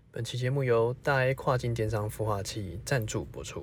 本期节目由大 A 跨境电商孵化器赞助播出。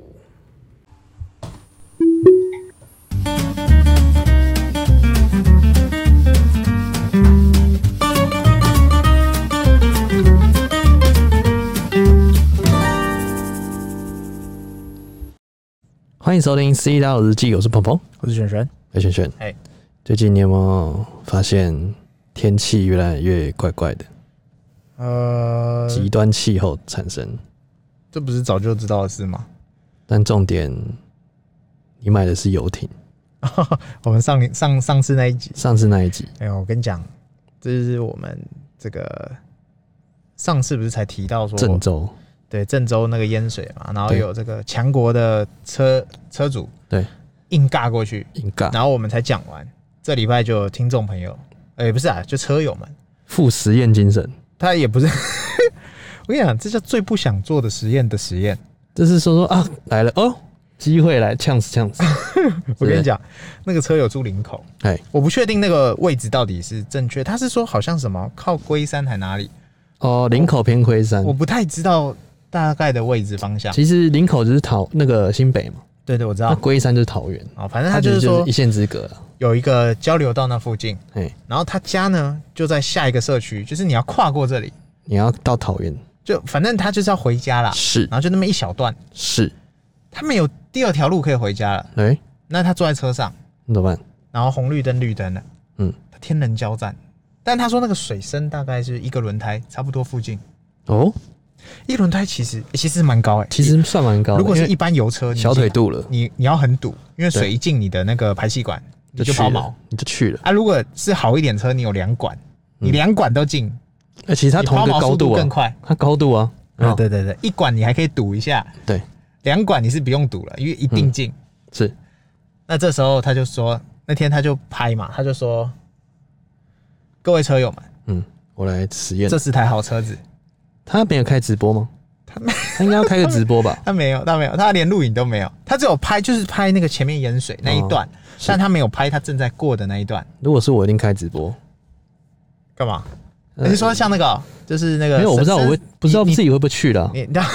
欢迎收听《C 大佬日记》，我是鹏鹏， 我是璇璇。 璇璇，最近你有没有发现天气越来越怪怪的？极端气候产生， 这不是早就知道的事吗？ 但重点，你买的是游艇。 我们上次那一集，哎呦，我跟你讲，这是我们这个上次不是才提到说郑州， 对，郑州那个淹水嘛，然后有这个强国的车主对硬尬过去，然后我们才讲完，这礼拜就有听众朋友，不是啊，就车友们负实验精神， 他也不是，我跟你讲，这叫最不想做的实验的实验， 这是说啊来了哦。机会来呛死！ 我跟你讲，那个车友住林口，我不确定那个位置到底是正确。他是说好像什么靠龟山还哪里？ 哦，林口偏龟山， 我不太知道大概的位置方向。 其实林口就是那个新北嘛， 对，我知道。 那龟山就是桃园， 反正他就是说一线之隔了。 有一个交流道那附近，然后他家呢就在下一个社区，就是你要跨过这里， 你要到桃园， 就反正他就是要回家啦。 是， 然后就那么一小段， 是。 他没有第二条路可以回家了，那他坐在车上， 那怎么办？然后红绿灯绿灯了，他天人交战，但他说那个水深大概是一个轮胎差不多附近，一个轮胎其实蛮高其实算蛮高的。 如果是一般油车， 小腿肚了， 你要很堵，因为水一进你的那个排气管，你就抛锚， 你就去了。 如果是好一点车，你有2管，你2管都进， 其实它同一个高度更快， 它高度啊， 对，一管你还可以堵一下，对。2管你是不用堵了，因为一定进。 是， 那这时候他就说，那天他就拍嘛，他就说，各位车友们， 我来实验。 这是台好车子。 他没有开直播吗？他应该要开个直播吧？ 他没有，他连录影都没有，他只有拍，就是拍那个前面淹水那一段，但他没有拍他正在过的那一段。 如果是我，一定开直播。 干嘛？你是说像那个，就是那个？ 没有，我不知道，我不知道自己会不会去了。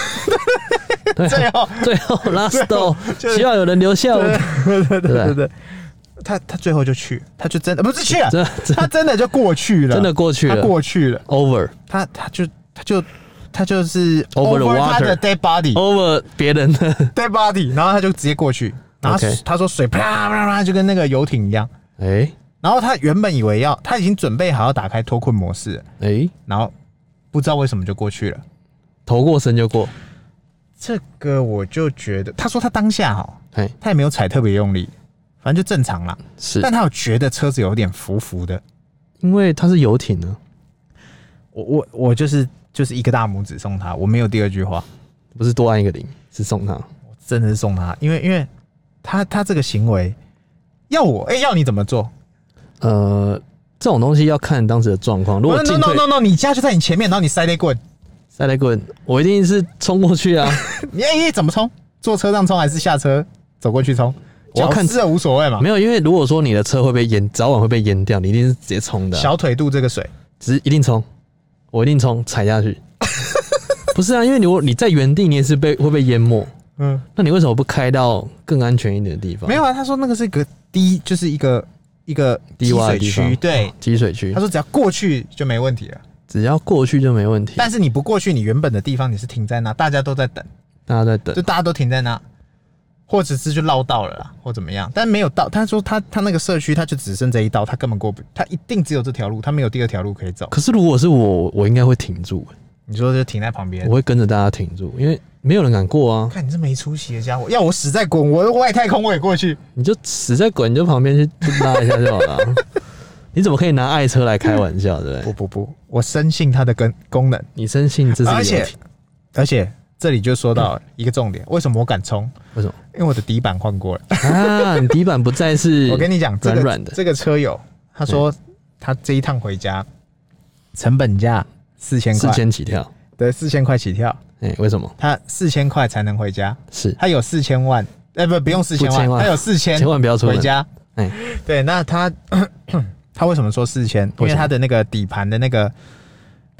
最后 last 希望有人留下。 对，他最后就去，他就真的不是去了，他真的就过去了， 真的过去了， 他过去了 ，over， 他就是 over 他的 dead body，over 别人的 dead body， 然后他就直接过去，然后他说水啪啪啪就跟那个游艇一样，然后他原本以为他已经准备好要打开脱困模式了，然后不知道为什么就过去了， 头过身就过。 这个我就觉得，他说他当下他也没有踩特别用力，反正就正常啦。是，但他有觉得车子有点浮浮的， 因为他是游艇呢。 我就是一个大拇指送他，我没有第二句话， 不是多按一个0，是送他， 我真的是送他，因为他这个行为要要你怎么做？ 这种东西要看当时的状况。如果 no， 你家就在你前面，然后你塞雷棍。 塞雷棍，我一定是冲过去啊！ 你怎么冲？坐车上冲还是下车走过去冲？ 我要看这无所谓嘛。 没有，因为如果说你的车会被淹，早晚会被淹掉，你一定是直接冲的。 小腿肚这个水， 一定冲，我一定冲，踩下去。不是啊，因为你在原地，你也是会被淹没。那你为什么不开到更安全一点的地方？ 没有啊，他说那个是一个就是一个低洼的地方， 对， 积水区。 他说只要过去就没问题了。 只要过去就没问题， 但是你不过去，你原本的地方你是停在那，大家都在等，就大家都停在那，或者是就绕道了啦，或怎么样，但没有道。他说他那个社区他就只剩这一道，他根本过不，他一定只有这条路，他没有第二条路可以走。 可是如果是我应该会停住。 你说就停在旁边， 我会跟着大家停住，因为没有人敢过啊。 看你这没出息的家伙，要我死再滚，我外太空我也过去。 你就死再滚，你就旁边去拉一下就好了。你怎么可以拿爱车来开玩笑，对不对？不，我深信它的功能。 你深信这是游艇， 而且这里就说到一个重点，为什么我敢冲？ 为什么？ 因为我的底板换过了啊！你底板不再是我跟你讲， 软软的。 这个车友他说他这一趟回家成本价4000块 ，4000起跳， 对，4000块起跳。 为什么？ 他4000块才能回家， 是他有4000万，不用4000万，他有4000， 千万不要出门回家。对，那他为什么说4000？因为他的那个底盘的那个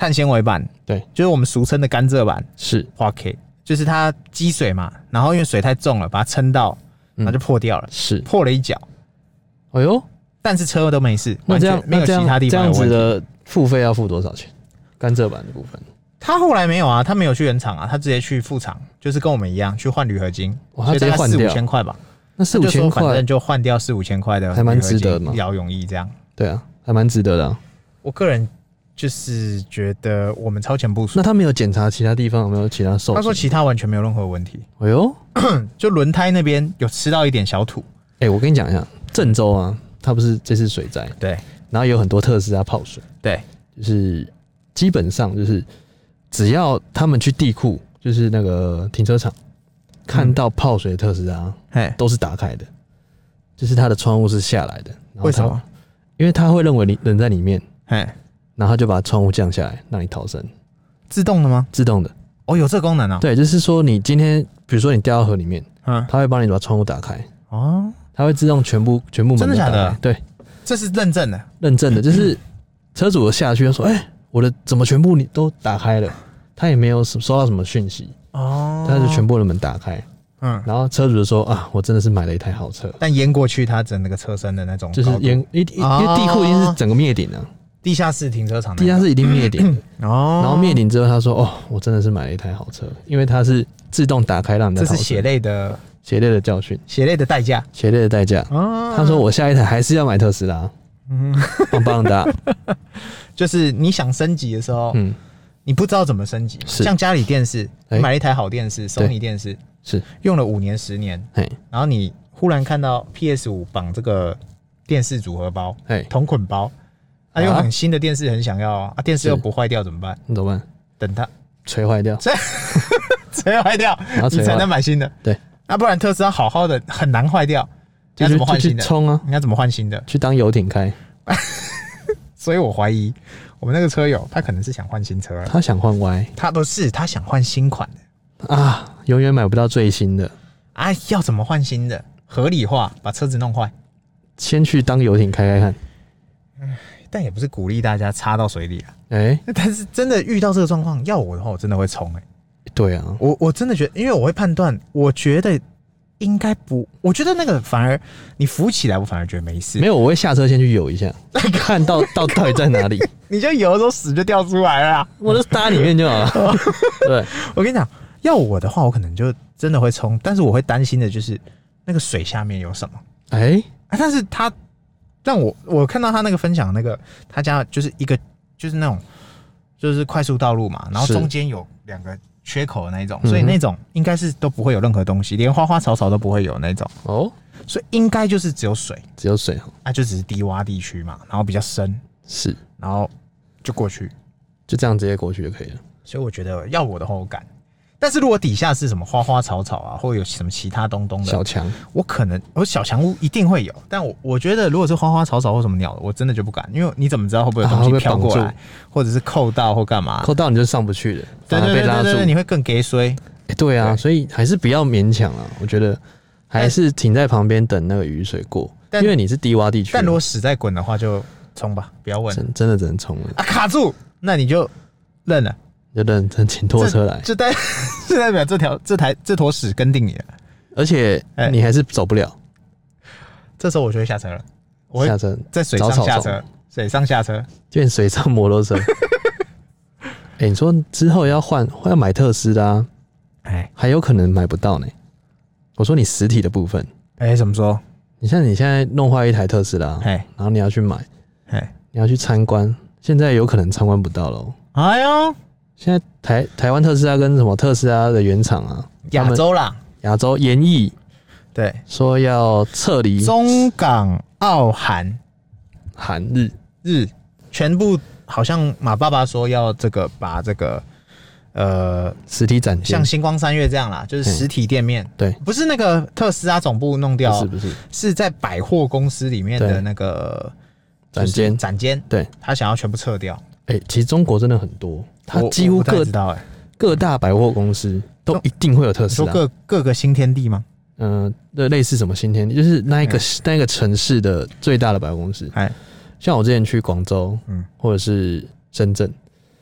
碳纤维板， 对， 就是我们俗称的甘蔗板， 是花 K， 就是它积水嘛，然后因为水太重了，把它撑到，然后就破掉了， 是破了一角。 哎呦， 但是车都没事， 那这样没有其他地方有问题。 这样子的付费要付多少钱？甘蔗板的部分， 他后来没有啊，他没有去原厂啊，他直接去副厂，就是跟我们一样去换铝合金， 他直接换掉 4-5千块吧。 那4-5千块， 反正就换掉4-5千块的， 还蛮值得嘛， 一劳永逸这样。 对啊，还蛮值得的、啊。 我个人就是觉得我们超前部署。 那他没有检查其他地方有没有其他受损？ 他说其他完全没有任何问题。 哎呦， 就轮胎那边有吃到一点小土。 我跟你讲一下，郑州啊，它不是这次水灾， 对， 然后有很多特斯拉泡水， 对， 就是基本上就是只要他们去地库，就是那个停车场，看到泡水的特斯拉，都是打开的，就是它的窗户是下来的。 为什么？ 因为他会认为你人在里面， 然后他就把窗户降下来，让你逃生。 自动的吗？ 自动的。 哦，有这个功能啊。 对，就是说你今天，比如说你掉到河里面，他会帮你把窗户打开。哦，他会自动全部门都打开。 真的假的？ 对， 这是认证的。 认证的，就是车主下去就说：“我的怎么全部你都打开了？”他也没有收到什么讯息。哦，他就全部的门打开。然后车主就说：“啊，我真的是买了一台好车。” 但淹过去，它整个车身的那种， 就是因为地库一定是整个灭顶的， 地下室停车场， 地下室一定灭顶。然后灭顶之后，他说：“哦，我真的是买了一台好车，因为它是自动打开让你的。” 这是血泪的教训， 血泪的代价， 血泪的代价。他说：“我下一台还是要买特斯拉。”棒棒的。 就是你想升级的时候，你不知道怎么升级，像家里电视，你买了一台好电视，Sony 电视。 是用了5年10年，然后你忽然看到 PS5 绑这个电视组合包，同捆包，用很新的电视很想要啊，电视又不坏掉怎么办？ 你怎么办？ 等它锤坏掉， 锤坏掉，你才能买新的。 对， 不然特斯拉好好的很难坏掉，你要怎么换新的？ 冲啊！ 你要怎么换新的？ 去当游艇开。 所以我怀疑我们那个车友他可能是想换新车， 他想换 Y， 他不是，他想换新款的。 永远买不到最新的要怎么换新的？合理化，把车子弄坏， 先去当游艇开开看。 但也不是鼓励大家插到水里但是真的遇到这个状况，要我的话，我真的会冲对啊， 我真的觉得，因为我会判断，我觉得应该不，我觉得那个反而你浮起来，我反而觉得没事。 没有，我会下车先去游一下，看到底在哪里。 你就游的时候屎就掉出来了， 我就搭里面就好了。对， 我跟你讲。要我的话，我可能就真的会冲，但是我会担心的就是那个水下面有什么。但是他让我看到他那个分享那个他家就是一个就是那种就是快速道路嘛，然后中间有2个缺口的那一种，所以那种应该是都不会有任何东西，连花花草草都不会有那种。所以应该就是只有水，就只是低洼地区嘛，然后比较深， 是， 然后就过去， 就这样直接过去就可以了。 所以我觉得要我的话，我敢。但是如果底下是什么花花草草啊，或者有什么其他东东的小强， 我小强屋一定会有，但我觉得如果是花花草草或什么鸟的，我真的就不敢，因为你怎么知道会不会有东西飘过来，或者是扣到或干嘛？ 扣到你就上不去了， 对，你会更给衰。 对啊，所以还是不要勉强啊，我觉得还是停在旁边等那个雨水过，因为你是低洼地区。 但如果屎在滚的话，就冲吧，不要问， 真的只能冲了卡住，那你就认了。 就认真请拖车来， 就代表这坨屎跟定你了， 而且你还是走不了。 这时候我就会下车了，我会下车在水上下车，水上下车变水上摩托车。你说之后要买特斯拉，还有可能买不到呢。我说你实体的部分， 怎么说？ 你像你现在弄坏一台特斯拉，然后你要去买，你要去参观，现在有可能参观不到了。现在台湾特斯拉跟什么特斯拉的原厂啊，亚洲研议， 对， 说要撤离中港澳韩日全部，好像马爸爸说要把这个实体展像星光三月这样啦，就是实体店面， 对， 不是那个特斯拉总部弄掉， 不是， 是在百货公司里面的那个展间，对，他想要全部撤掉。 其实中国真的很多，它几乎各大百货公司都一定会有特斯拉。 说各个新天地吗？ 类似什么新天地，就是那一个城市的最大的百货公司。像我之前去广州，或者是深圳，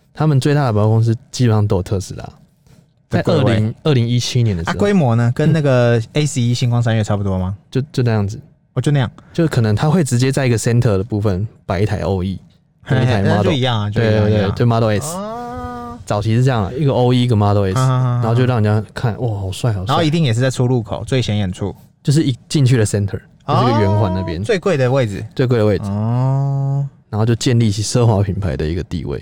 他们最大的百货公司基本上都有特斯拉。在2017年的时候， 规模呢跟那个 A11 星光三月差不多吗？ 就那样子， 就那样， 就可能他会直接在一个 center 的部分摆一台 OE， 跟一台 Model， 就一样啊， 对，就 Model S。早期是这样，一个 OE 一个 Model S， 然后就让人家看，哇，好帅好帅。 然后一定也是在出入口最显眼处， 就是一进去的 center， 就是个圆环那边最贵的位置， 哦。然后就建立起奢华品牌的一个地位。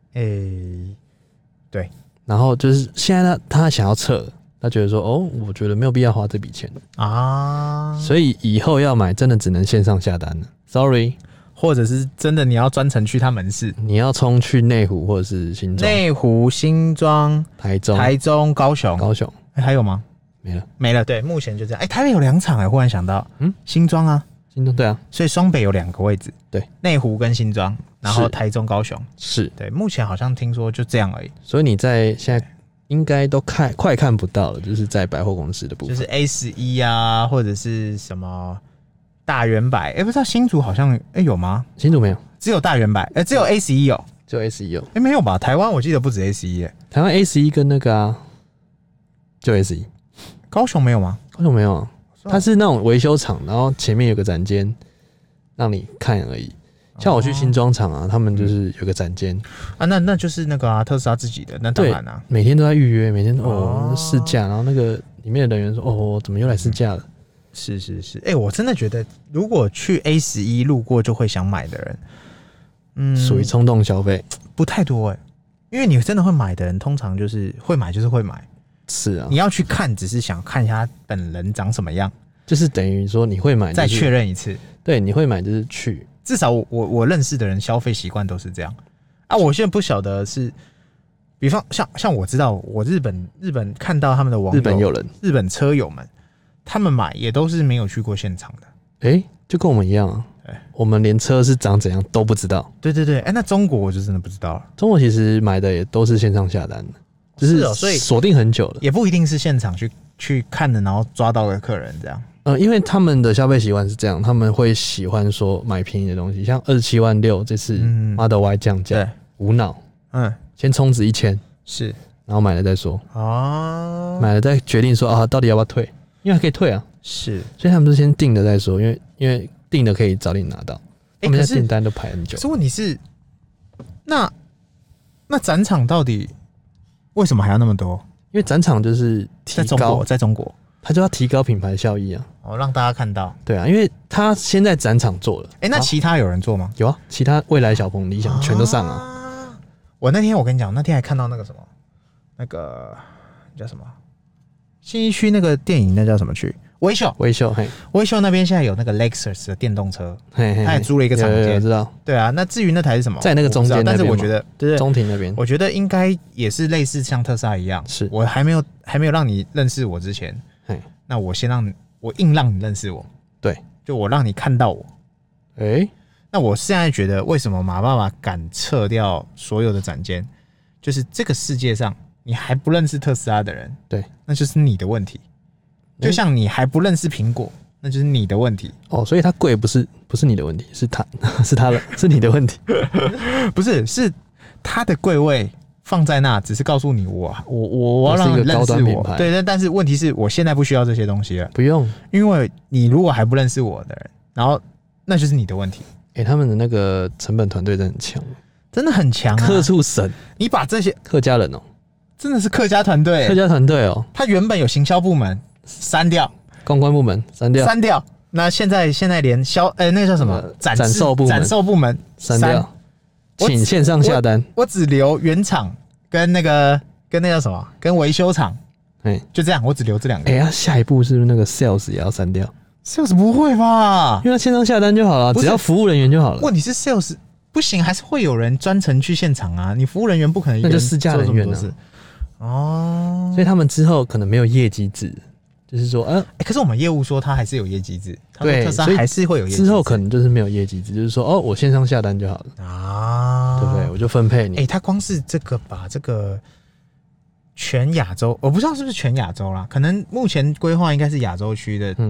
对。 然后就是现在他想要撤，他觉得说我觉得没有必要花这笔钱啊，所以以后要买真的只能线上下单了 ，sorry， 或者是真的你要专程去他门市， 你要冲去内湖或者是新庄、 内湖、新庄、台中、高雄，还有吗？没了，对，目前就这样。台北有2场忽然想到，新庄啊。 新庄对啊， 所以双北有2个位置， 对， 内湖跟新庄，然后台中、高雄是对，目前好像听说就这样而已。 所以你在现在应该都快看不到了，就是在百货公司的部分， 就是 A11啊，或者是什么大圆百，不知道新竹好像有吗？ 新竹没有， 只有大圆百，只有 A11 有， 只有 A11 有， 没有吧？台湾我记得不止 A11， 台湾 A11跟那个啊，就 A11， 高雄没有吗？ 高雄没有啊。它是那种维修厂，然后前面有个展间让你看而已。像我去新庄厂啊，他们就是有个展间啊，那就是那个特斯拉自己的，那当然啊， 每天都在预约，每天试驾，然后那个里面的人员说怎么又来试驾了？ 是，我真的觉得如果去 A11 路过就会想买的人， 属于冲动消费， 不太多因为你真的会买的人，通常就是会买就是会买。 是啊， 你要去看，只是想看一下他本人长什么样， 就是等于说你会买、 再确认一次。 对，你会买就是去， 至少我认识的人消费习惯都是这样啊。我现在不晓得是，比方像我知道，我日本看到他们的网友、 日本友人、 日本车友们，他们买也都是没有去过现场的。 就跟我们一样啊。我们连车是长怎样都不知道。对， 那中国我就真的不知道了。 中国其实买的也都是线上下单的。就是所以锁定很久了， 也不一定是现场去看的，然后抓到的客人这样。 因为他们的消费习惯是这样，他们会喜欢说买便宜的东西，像27.6万这次 Model Y 降价，无脑，先充值1000，是，然后买了再说，买了再决定说到底要不要退，因为还可以退啊，是，所以他们是先定了再说，因为定了可以早点拿到，他们现在订单都排很久。 可是问题是，那展场到底？为什么还要那么多？ 因为展场就是提高， 在中国， 他就要提高品牌效益啊， 让大家看到。 对啊，因为他先在展场做了。 那其他有人做吗？ 有啊，其他蔚来、小鹏、理想全都上啊。 我跟你讲，那天还看到那个什么，那个叫什么，信义区那个电影那叫什么区？威秀那边现在有那个 Lexus 的电动车，他也租了一个场间， 知道？ 对啊，那至于那台是什么， 在那个中间， 但是我觉得，对中庭那边， 我觉得应该也是类似像特斯拉一样，是我还没有让你认识我之前，那我硬让你认识我，对，就我让你看到我，那我现在觉得为什么马爸爸敢撤掉所有的展间，就是这个世界上你还不认识特斯拉的人，对，那就是你的问题。就像你还不认识苹果，那就是你的问题所以它贵不是你的问题，是是你的问题， 不是它的贵位放在那，只是告诉你我要让你认识我，对，但是问题是我现在不需要这些东西了， 不用， 因为你如果还不认识我的人，然后那就是你的问题。 他们的那个成本团队真的很强， 真的很强啊， 客处神， 你把这些客家人真的是客家团队，他原本有行销部门。删掉， 公关部门删掉。那现在连那个叫什么展售部门删掉，请线上下单。 我只留原厂跟那叫什么，跟维修厂，就这样，我只留这2个。 下一步是不是那个 sales 也要删掉 ？sales 不会吧？ 因为他线上下单就好了，只要服务人员就好了。 问题是 sales 不行，还是会有人专程去现场啊？你服务人员不可能一个人做这么多事，那就试驾人员啊。所以他们之后可能没有业绩制。就是说， 可是我们业务说他还是有业绩制，对，特斯拉还是会有业绩制。 之后可能就是没有业绩制，就是说，我线上下单就好了啊，对不对？我就分配你。 他光是这个把这个全亚洲，我不知道是不是全亚洲啦，可能目前规划应该是亚洲区的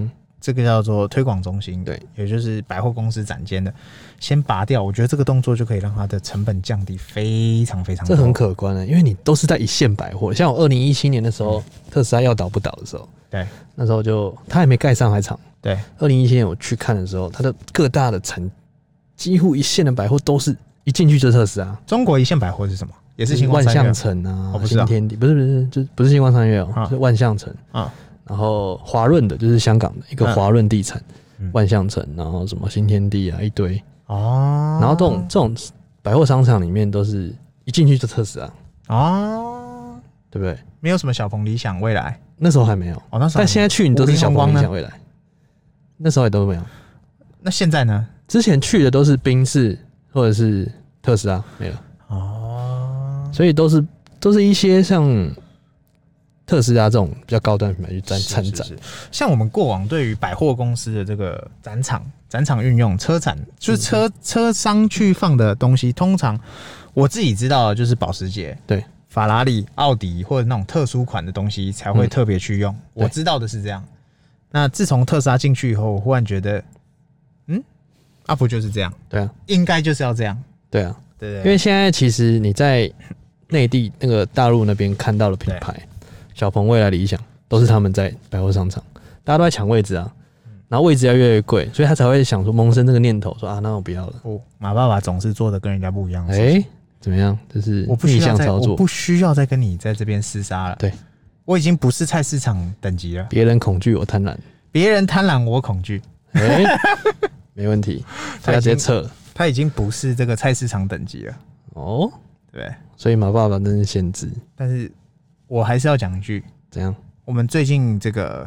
这个叫做推广中心，对，也就是百货公司展间的，先拔掉，我觉得这个动作就可以让它的成本降低非常非常多。 这很可观的，因为你都是在一线百货，像我2017年的时候，特斯拉要倒不倒的时候， 对， 那时候就它还没盖上海厂， 对 ，2017年我去看的时候，它的各大的几乎一线的百货都是一进去就是特斯拉。 中国一线百货是什么？也是星光万三月象城啊，新天地，不是，就不是星光三月哦，是万象城啊。然后华润的就是香港的一个华润地产，万象城，然后什么新天地啊一堆哦。然后这种百货商场里面都是一进去就特斯拉哦，对不对？ 没有什么小鹏、理想、蔚来， 那时候还没有哦。但现在去你都是小鹏、理想、蔚来，那时候也都没有。 那现在呢？ 之前去的都是宾士或者是特斯拉，没了哦。所以都是一些像特斯拉这种比较高端品牌去参展， 像我们过往对于百货公司的这个展场运用车展，就是车商去放的东西，通常我自己知道的就是保时捷、 对， 法拉利、奥迪或者那种特殊款的东西才会特别去用。我知道的是这样。那自从特斯拉进去以后，我忽然觉得，不就是这样？ 对啊， 应该就是要这样。 对啊，对，因为现在其实你在内地那个大陆那边看到的品牌。小鹏、蔚来、理想都是他们在百货商场，大家都在抢位置啊，然后位置要越来越贵，所以他才会想说萌生这个念头，说啊，那我不要了。 马爸爸总是做的跟人家不一样。 怎么样？就是逆向操作， 我不需要再跟你在这边厮杀了。 对， 我已经不是菜市场等级了。 别人恐惧我贪婪， 别人贪婪我恐惧。 没问题，他要直接撤了。 他已经不是这个菜市场等级了。哦，对， 所以马爸爸真是先知， 但是。我还是要讲一句， 怎样？ 我们最近这个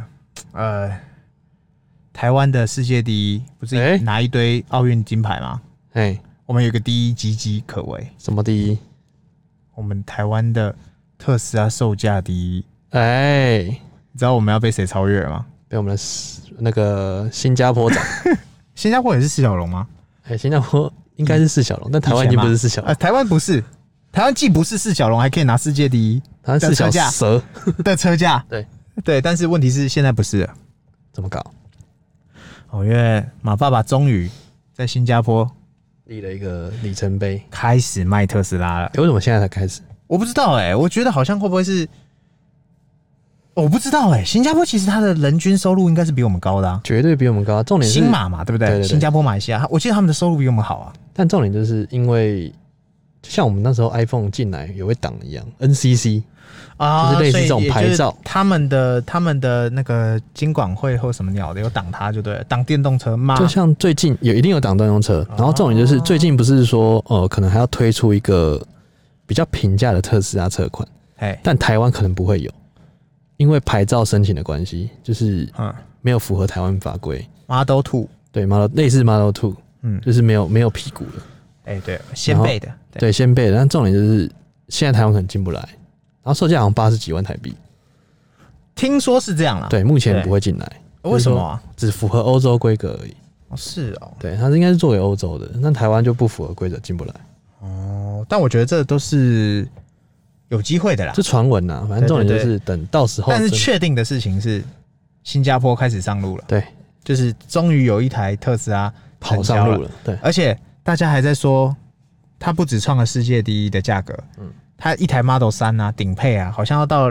台湾的世界第一，不是拿一堆奥运金牌吗？我们有个第一岌岌可危。 什么第一？ 我们台湾的特斯拉售价第一。你知道我们要被谁超越了吗？ 被我们的那个新加坡长。 新加坡也是释小龙吗？ 新加坡应该是释小龙，但台湾已经不是释小龙。 台湾不是。台湾既不是释小龙，还可以拿世界第一的车价的车价，对，但是问题是现在不是了， 怎么搞？ 因为马爸爸终于在新加坡立了一个里程碑， 开始卖特斯拉了。 为什么现在才开始？ 我不知道我觉得好像会不会是，我不知道新加坡其实它的人均收入应该是比我们高的绝对比我们高。重点是新马嘛，对不对？新加坡、马来西亚，我记得他们的收入比我们好啊。 但重点就是因为。像我们那时候 iPhone 进来也会挡一样 ，NCC 就是类似这种牌照， 他们的那个金管会或什么鸟的有挡它就对了，挡电动车吗？ 就像最近一定有挡电动车，然后重点就是最近不是说可能还要推出一个比较平价的特斯拉车款，但台湾可能不会有，因为牌照申请的关系，就是没有符合台湾法规。 Model 2 对 类似 Model 2，就是没有屁股的。 对，先辈的， 对，先辈的，但重点就是现在台湾可能进不来，然后售价好像80几万台币， 听说是这样啦。 对，目前不会进来， 为什么啊？ 只符合欧洲规格而已。 是哦， 对，它应该是做给欧洲的，那台湾就不符合规则，进不来。 但我觉得这都是有机会的啦， 是传闻呐，反正重点就是等到时候。 但是确定的事情是，新加坡开始上路了， 对， 就是终于有一台特斯拉跑上路了，对， 而且。大家还在说，它不只创了世界第一的价格，它一台 Model 3啊，顶配啊，好像要到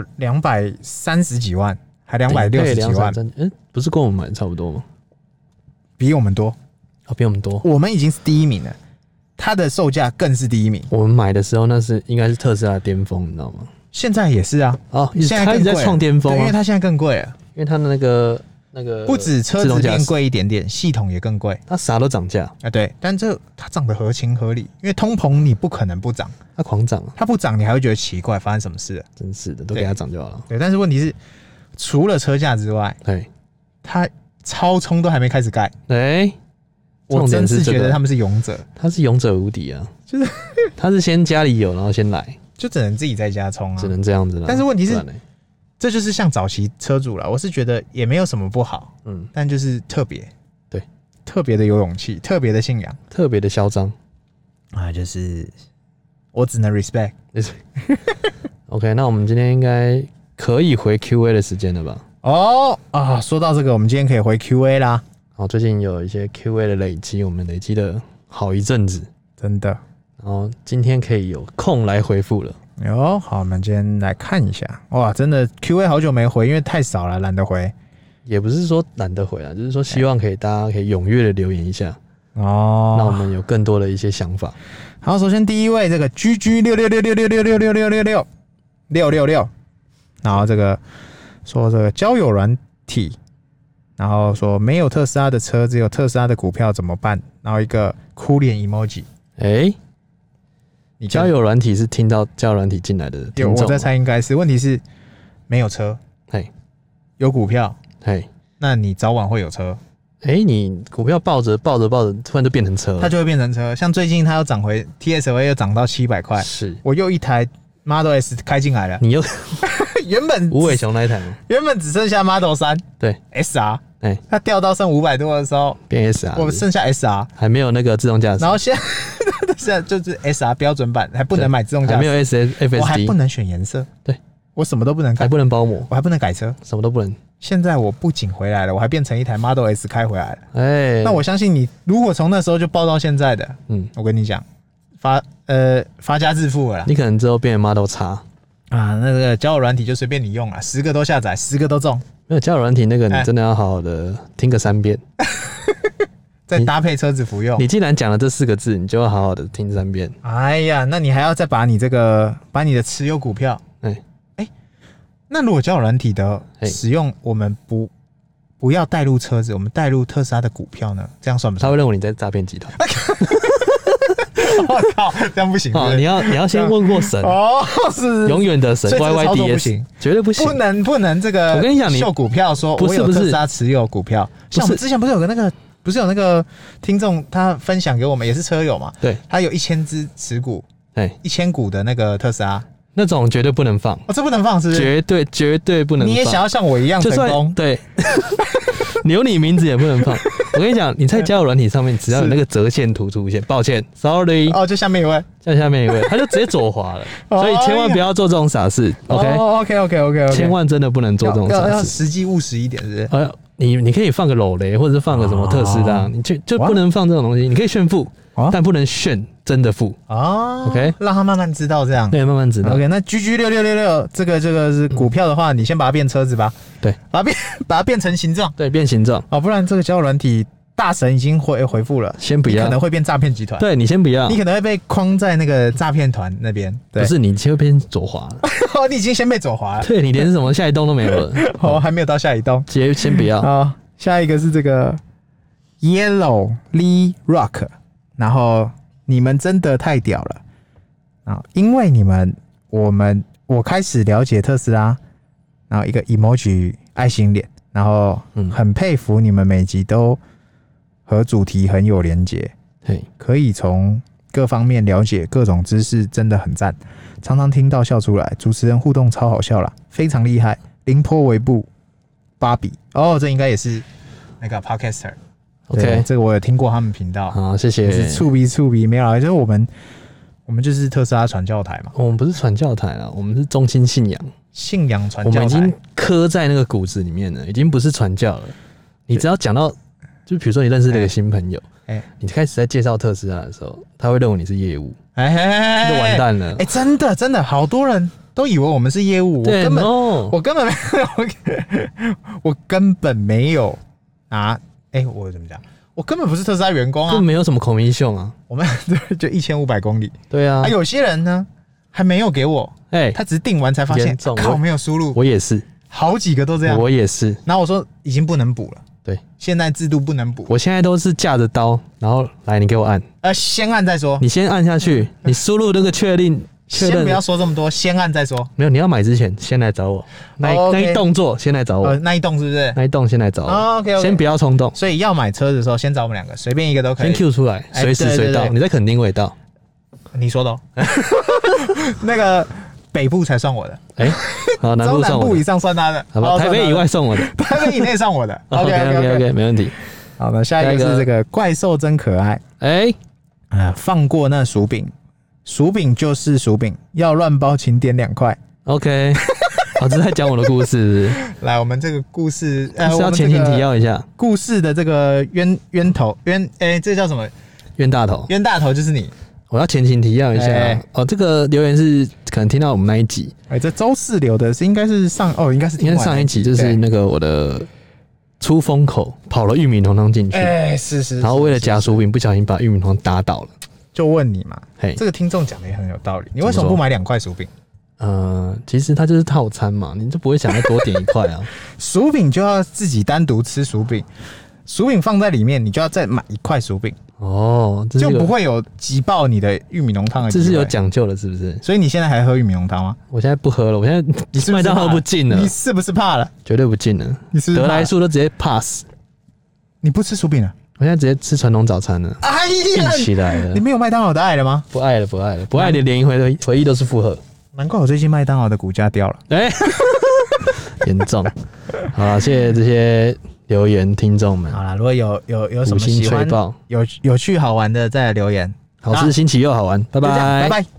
230几万，还260几万， 不是跟我们买差不多吗？ 比我们多， 比我们多， 我们已经是第一名了，它的售价更是第一名。 我们买的时候那是应该是特斯拉的巅峰，你知道吗？ 现在也是啊， 现在一直在创巅峰， 因为它现在更贵了， 因为它的那个不止车子变贵一点点，系统也更贵， 它啥都涨价对，但它涨得合情合理，因为通膨你不可能不涨， 它狂涨， 它不涨你还会觉得奇怪，发生什么事了？ 真是的，都给它涨就好了。 对，但是问题是，除了车价之外，它超充都还没开始盖，我真是觉得他们是勇者， 他是勇者无敌啊，就是他是先家里有，然后先来， 就只能自己在家充啊， 只能这样子了。 但是问题是。这就是像早期车主啦，我是觉得也没有什么不好，但就是特别，对，特别的有勇气，特别的信仰， 特别的嚣张啊，就是我只能 respect。 OK， 那我们今天应该可以回 Q&A 的时间了吧？ 哦啊，说到这个，我们今天可以回 Q&A 啦。 好，最近有一些 Q&A 的累积，我们累积了好一阵子， 真的。 然后今天可以有空来回复了。 哟，好，我们今天来看一下。哇，真的 Q&A 好久没回，因为太少了，懒得回。 也不是说懒得回啦，就是说希望大家可以踊跃的留言一下哦，让我们有更多的一些想法。 好，首先第一位这个 GG6666666666，然后这个说这个交友软体。然后说没有特斯拉的车，只有特斯拉的股票怎么办？然后一个哭脸 emoji。 你交友软体是听到交友软体进来的听众？ 我在猜应该是。问题是没有车，有股票，那你早晚会有车。 你股票抱着，突然就变成车了， 它就会变成车。像最近它又涨回 TSLA 又涨到700块， 是我又一台 Model S 开进来了。 你又原本无尾熊那一台吗？ 原本只剩下 Model 3，对 SR。它掉到剩500多的时候变 SR， 我剩下 SR， 还没有那个自动驾驶。 然后现在就是 SR 标准版，还不能买自动驾驶， 还没有 FSD， 我还不能选颜色， 对我什么都不能改， 还不能包膜， 我还不能改车， 什么都不能。 现在我不仅回来了，我还变成一台 Model S 开回来了。那我相信你，如果从那时候就报到现在的，我跟你讲，发家致富了啦。 你可能之后变 Model X 啊，那个交友软体就随便你用了，10个都下载，10个都中。 没有交友软体那个，你真的要好好的听个3遍， 再搭配车子服用。 你既然讲了这4个字，你就要好好的听3遍。 哎呀，那你还要再把你的持有股票，那如果交友软体的使用，我们不要带入车子，我们带入特斯拉的股票呢？这样算不算？ 他会认为你在诈骗集团。 我靠，这样不行。 你要先问过神哦，是永远的神 YYDS 不行， 绝对不行， 不能这个。 我跟你讲，你秀股票说，我有特斯拉持有股票。像我们之前不是有那个听众他分享给我们，也是车友嘛，对，他有1000只持股，1000股的那个特斯拉。 那种绝对不能放， 这不能放，是不是？ 绝对不能放。 你也想要像我一样成功？ 对，留你名字也不能放。我跟你讲，你在交友软体上面，只要有那个折线图出现，抱歉 ，sorry。 就下面一位， 他就直接左滑了，所以千万不要做这种傻事。OK，千万真的不能做这种傻事， 要实际务实一点，是不是？ 你可以放个楼雷，或者是放个什么特斯拉，你就不能放这种东西。你可以炫富，但不能炫真的富。OK， 让他慢慢知道这样。 对，慢慢知道。 OK， 那 GG6666这个是股票的话，你先把它变车子吧。 对， 把它变成形状。 对，变形状。 不然这个交友软体大神已经回复了， 先不要， 可能会变诈骗集团。 对，你先不要， 你可能会被框在那个诈骗团那边。 不是，你先会变左滑了。 你已经先被左滑了。 对，你连什么下一栋都没有了。 还没有到下一栋。 先不要。 好，下一个是这个 Yellow Lee Rock， 然后你们真的太屌了啊！因为你们，我开始了解特斯拉，然后一个 emoji 爱心脸，然后很佩服你们每集都和主题很有连结，可以从各方面了解各种知识，真的很赞。常常听到笑出来，主持人互动超好笑啦，非常厉害。凌波微步芭比，这应该也是那个 podcaster。OK， 这个我有听过他们频道。 好，谢谢。 是触鼻没有啦，就是我们就是特斯拉传教台嘛。 我们不是传教台啦，我们是中心信仰传教台。 我们已经刻在那个骨子里面了，已经不是传教了。你只要讲到，就比如说你认识了一个新朋友，你开始在介绍特斯拉的时候，他会认为你是业务，就完蛋了。 真的，好多人都以为我们是业务，我根本没有拿。我怎么讲？我根本不是特斯拉员工啊， 就没有什么commission啊。 我们就1500公里。 对啊， 有些人呢还没有给我，他只是订完才发现，靠，没有输入。 我也是， 好几个都这样。 我也是。 然后我说已经不能补了。 对， 现在制度不能补。 我现在都是架着刀，然后来，你给我按。 先按再说。 你先按下去，你输入那个确认。 先不要说这么多，先按再说。 没有，你要买之前先来找我。那一动作先来找我。 那一动是不是？ 那一动先来找我。 OK， 先不要冲动。 所以要买车的时候，先找我们2个，随便一个都可以。 先 Q 出来，随时随到。你在垦丁我也到。 你说的哦。那个北部才算我的。 好，南部算我的。 中南部以上算他的。 好吧，台北以外算我的。 台北以内算我的。 OK， 没问题。 好的，下一个是这个怪兽真可爱。放过那薯饼。薯饼就是薯饼，要乱包请点2块。 OK， 这是在讲我的故事。 来，我们这个故事是要前情提要一下故事的这个冤头这叫什么？ 冤大头。 冤大头就是你。 我要前情提要一下这个留言是可能听到我们那一集， 这周四留的是应该是上一集，就是那个我的出风口跑了玉米浓汤进去， 是， 然后为了夹薯饼不小心把玉米浓汤打倒了。 就问你嘛，这个听众讲的也很有道理，你为什么不买2块薯饼？ 其实它就是套餐嘛，你就不会想再多点1块啊。 薯饼就要自己单独吃薯饼，薯饼放在里面，你就要再买1块薯饼。就不会有挤爆你的玉米浓汤的机会。 这是有讲究的，是不是？ 所以你现在还喝玉米浓汤吗？ 我现在不喝了，我现在你是麦当劳不进了。 你是不是怕了？ 绝对不进了。 你是得来速都直接 pass。 你不吃薯饼了？ 我现在直接吃传统早餐了。 哎呀， 硬起来了！ 你没有麦当劳的爱了吗？ 不爱了，不爱的连一回忆都是负荷。 难怪我最近麦当劳的股价掉了。 严重。好啦，谢谢这些留言听众们。 好啦，如果有什么喜欢有趣好玩的，再来留言。 好吃新奇又好玩，拜拜， 拜拜。